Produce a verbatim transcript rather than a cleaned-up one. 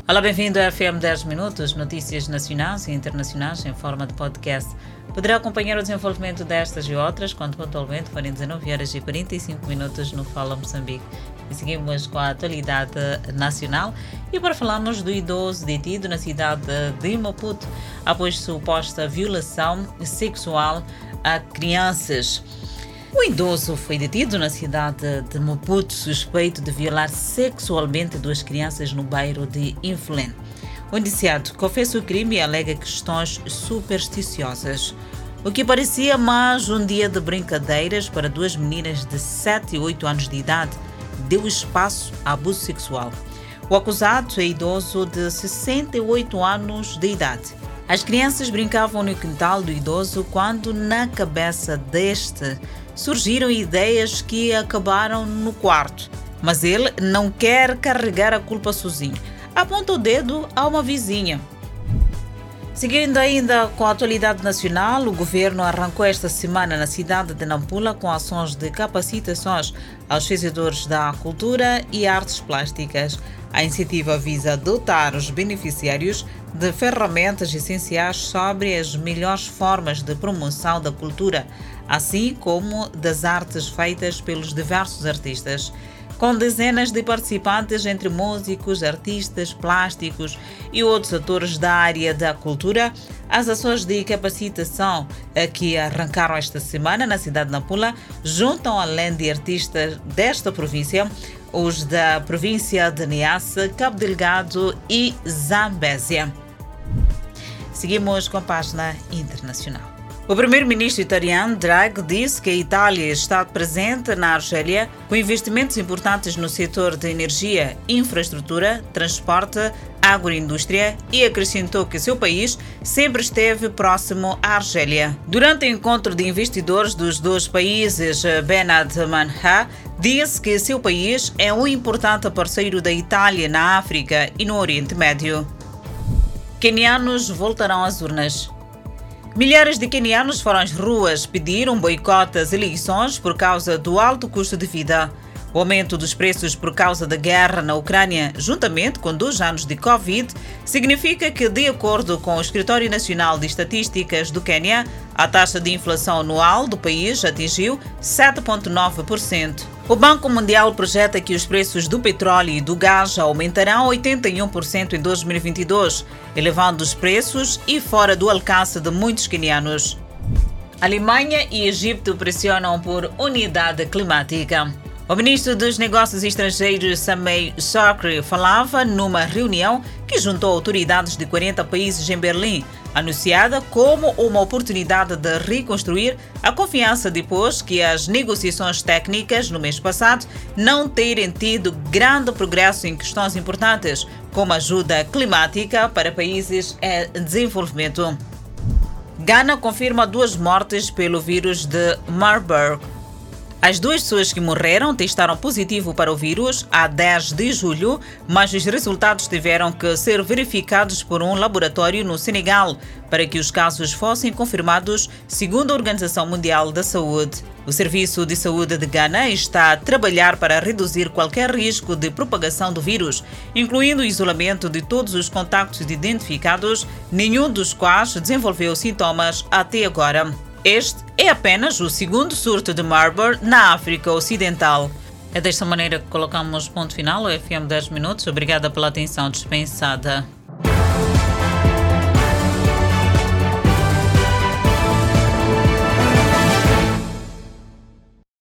Olá, bem-vindo ao F M dez Minutos, notícias nacionais e internacionais em forma de podcast. Poderá acompanhar o desenvolvimento destas e outras quando pontualmente forem dezenove horas e quarenta e cinco minutos no Fala Moçambique. E seguimos com a atualidade nacional e para falarmos do idoso detido na cidade de Maputo após suposta violação sexual a crianças. O idoso foi detido na cidade de Maputo suspeito de violar sexualmente duas crianças no bairro de Influen. O indiciado confessa o crime e alega questões supersticiosas. O que parecia mais um dia de brincadeiras para duas meninas de sete e oito anos de idade deu espaço a abuso sexual. O acusado é idoso de sessenta e oito anos de idade. As crianças brincavam no quintal do idoso quando, na cabeça deste, surgiram ideias que acabaram no quarto. Mas ele não quer carregar a culpa sozinho. Aponta o dedo a uma vizinha. Seguindo ainda com a atualidade nacional, o governo arrancou esta semana na cidade de Nampula com ações de capacitações aos fazedores da cultura e artes plásticas. A iniciativa visa dotar os beneficiários de ferramentas essenciais sobre as melhores formas de promoção da cultura, assim como das artes feitas pelos diversos artistas. Com dezenas de participantes entre músicos, artistas, plásticos e outros atores da área da cultura, as ações de capacitação que arrancaram esta semana na cidade de Nampula juntam, além de artistas desta província, os da província de Niassa, Cabo Delgado e Zambésia. Seguimos com a página internacional. O primeiro-ministro italiano Draghi disse que a Itália está presente na Argélia com investimentos importantes no setor de energia, infraestrutura, transporte, agroindústria e acrescentou que seu país sempre esteve próximo à Argélia. Durante o encontro de investidores dos dois países, Benad Manha disse que seu país é um importante parceiro da Itália na África e no Oriente Médio. Quenianos voltarão às urnas. Milhares de quenianos foram às ruas pedir um boicote às eleições por causa do alto custo de vida. O aumento dos preços por causa da guerra na Ucrânia, juntamente com dois anos de Covid, significa que, de acordo com o Escritório Nacional de Estatísticas do Quênia, a taxa de inflação anual do país atingiu sete vírgula nove por cento. O Banco Mundial projeta que os preços do petróleo e do gás aumentarão oitenta e um por cento em dois mil e vinte e dois, elevando os preços e fora do alcance de muitos quenianos. Alemanha e Egito pressionam por unidade climática. O ministro dos Negócios Estrangeiros, Sameh Shoukry, falava numa reunião que juntou autoridades de quarenta países em Berlim, anunciada como uma oportunidade de reconstruir a confiança depois que as negociações técnicas no mês passado não terem tido grande progresso em questões importantes, como ajuda climática para países em desenvolvimento. Ghana confirma duas mortes pelo vírus de Marburg. As duas pessoas que morreram testaram positivo para o vírus a dez de julho, mas os resultados tiveram que ser verificados por um laboratório no Senegal para que os casos fossem confirmados, segundo a Organização Mundial da Saúde. O Serviço de Saúde de Ghana está a trabalhar para reduzir qualquer risco de propagação do vírus, incluindo o isolamento de todos os contactos identificados, nenhum dos quais desenvolveu sintomas até agora. Este é apenas o segundo surto de Marburg na África Ocidental. É desta maneira que colocamos ponto final ao F M dez Minutos. Obrigada pela atenção dispensada.